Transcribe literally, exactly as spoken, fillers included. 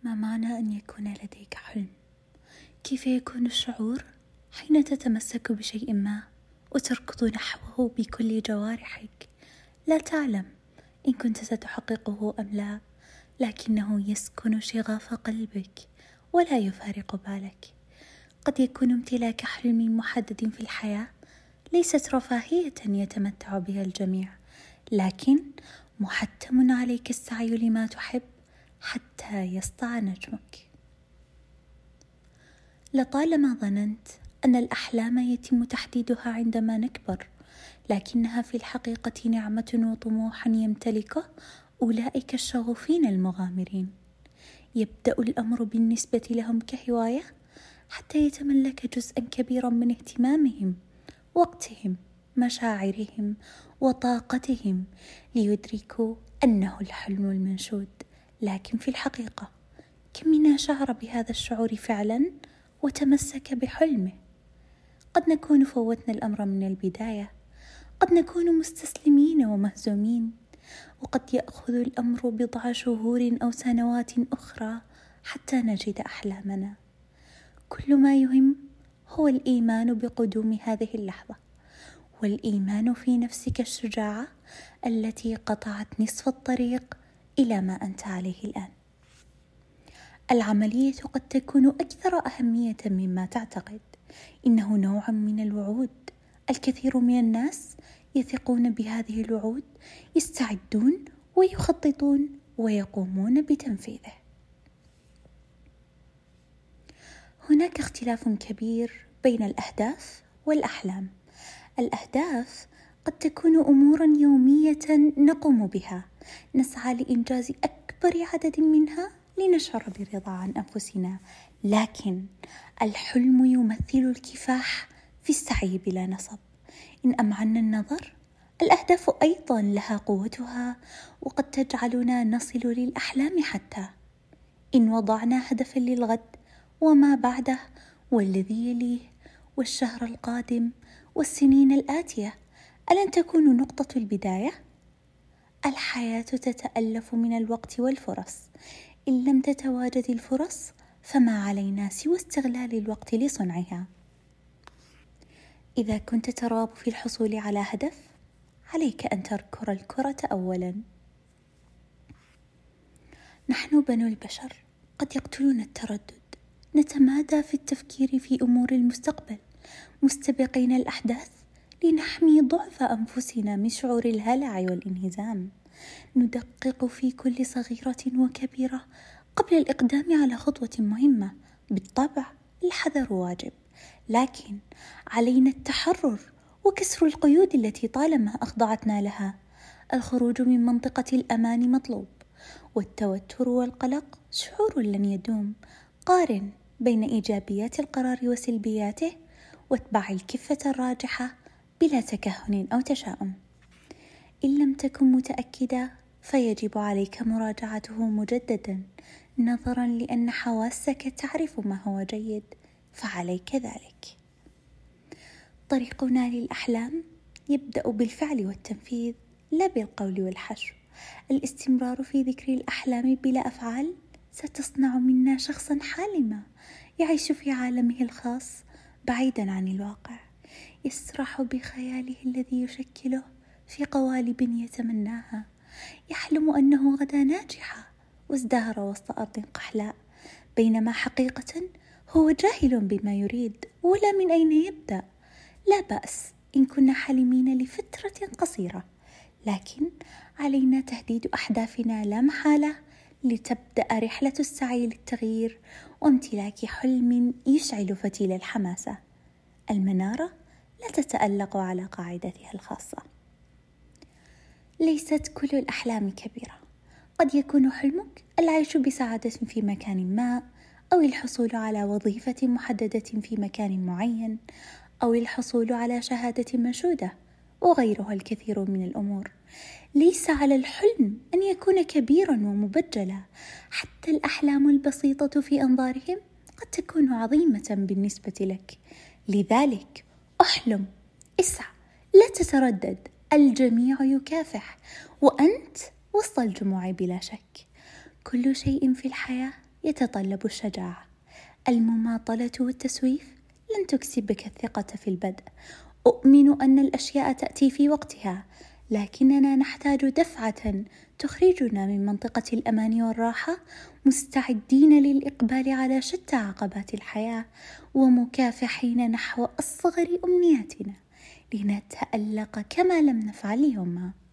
ما معنى أن يكون لديك حلم؟ كيف يكون الشعور حين تتمسك بشيء ما وتركض نحوه بكل جوارحك؟ لا تعلم إن كنت ستحققه أم لا، لكنه يسكن شغاف قلبك ولا يفارق بالك. قد يكون امتلاك حلم محدد في الحياة ليست رفاهية يتمتع بها الجميع، لكن محتم عليك السعي لما تحب حتى يسطع نجمك. لطالما ظننت أن الأحلام يتم تحديدها عندما نكبر، لكنها في الحقيقة نعمة وطموح يمتلكه أولئك الشغوفين المغامرين. يبدأ الأمر بالنسبة لهم كهواية حتى يتملك جزءا كبيرا من اهتمامهم، وقتهم، مشاعرهم وطاقتهم، ليدركوا أنه الحلم المنشود. لكن في الحقيقة كم منا شعر بهذا الشعور فعلا وتمسك بحلمه؟ قد نكون فوتنا الأمر من البداية، قد نكون مستسلمين ومهزومين، وقد يأخذ الأمر بضع شهور أو سنوات أخرى حتى نجد أحلامنا. كل ما يهم هو الإيمان بقدوم هذه اللحظة، والإيمان في نفسك الشجاعة التي قطعت نصف الطريق إلى ما أنت عليه الآن. العملية قد تكون أكثر أهمية مما تعتقد. إنه نوع من الوعود. الكثير من الناس يثقون بهذه الوعود، يستعدون ويخططون ويقومون بتنفيذه. هناك اختلاف كبير بين الأهداف والأحلام. الأهداف قد تكون أمورا يومية نقوم بها، نسعى لإنجاز أكبر عدد منها لنشعر بالرضا عن أنفسنا، لكن الحلم يمثل الكفاح في السعي بلا نصب. إن أمعنا النظر، الأهداف أيضا لها قوتها، وقد تجعلنا نصل للأحلام حتى. إن وضعنا هدفا للغد وما بعده والذي يليه والشهر القادم والسنين الآتية، ألن تكون نقطة البداية؟ الحياة تتألف من الوقت والفرص. إن لم تتواجد الفرص فما علينا سوى استغلال الوقت لصنعها. إذا كنت ترغب في الحصول على هدف، عليك أن تذكر الكرة أولا. نحن بنو البشر قد يقتلون التردد، نتمادى في التفكير في أمور المستقبل، مستبقين الأحداث لنحمي ضعف أنفسنا من شعور الهلع والانهزام. ندقق في كل صغيرة وكبيرة قبل الإقدام على خطوة مهمة. بالطبع الحذر واجب، لكن علينا التحرر وكسر القيود التي طالما أخضعتنا لها. الخروج من منطقة الأمان مطلوب، والتوتر والقلق شعور لن يدوم. قارن بين إيجابيات القرار وسلبياته، واتبع الكفة الراجحة بلا تكهن أو تشاؤم. إن لم تكن متأكدا فيجب عليك مراجعته مجددا، نظرا لأن حواسك تعرف ما هو جيد، فعليك ذلك. طريقنا للأحلام يبدأ بالفعل والتنفيذ، لا بالقول والحشو. الاستمرار في ذكر الأحلام بلا أفعال ستصنع منا شخصا حالما يعيش في عالمه الخاص بعيدا عن الواقع، يسرح بخياله الذي يشكله في قوالب يتمناها، يحلم أنه غدا ناجحة وازدهر وسط أرض قحلاء، بينما حقيقة هو جاهل بما يريد ولا من أين يبدأ. لا بأس إن كنا حلمين لفترة قصيرة، لكن علينا تهديد أحدافنا لا محالة لتبدأ رحلة السعي للتغيير وامتلاك حلم يشعل فتيل الحماسة. المنارة لا تتألق على قاعدتها الخاصة. ليست كل الأحلام كبيرة. قد يكون حلمك العيش بسعادة في مكان ما، أو الحصول على وظيفة محددة في مكان معين، أو الحصول على شهادة منشودة، وغيرها الكثير من الأمور. ليس على الحلم أن يكون كبيرا ومبجلا. حتى الأحلام البسيطة في أنظارهم قد تكون عظيمة بالنسبة لك. لذلك أحلم، اسع، لا تتردد. الجميع يكافح، وأنت وسط الجموع بلا شك. كل شيء في الحياة يتطلب الشجاعة. المماطلة والتسويف لن تكسبك الثقة في البدء. أؤمن أن الأشياء تأتي في وقتها، لكننا نحتاج دفعة تخرجنا من منطقة الأمان والراحة، مستعدين للإقبال على شتى عقبات الحياة، ومكافحين نحو أصغر أمنياتنا لنتألق كما لم نفعل اليوم.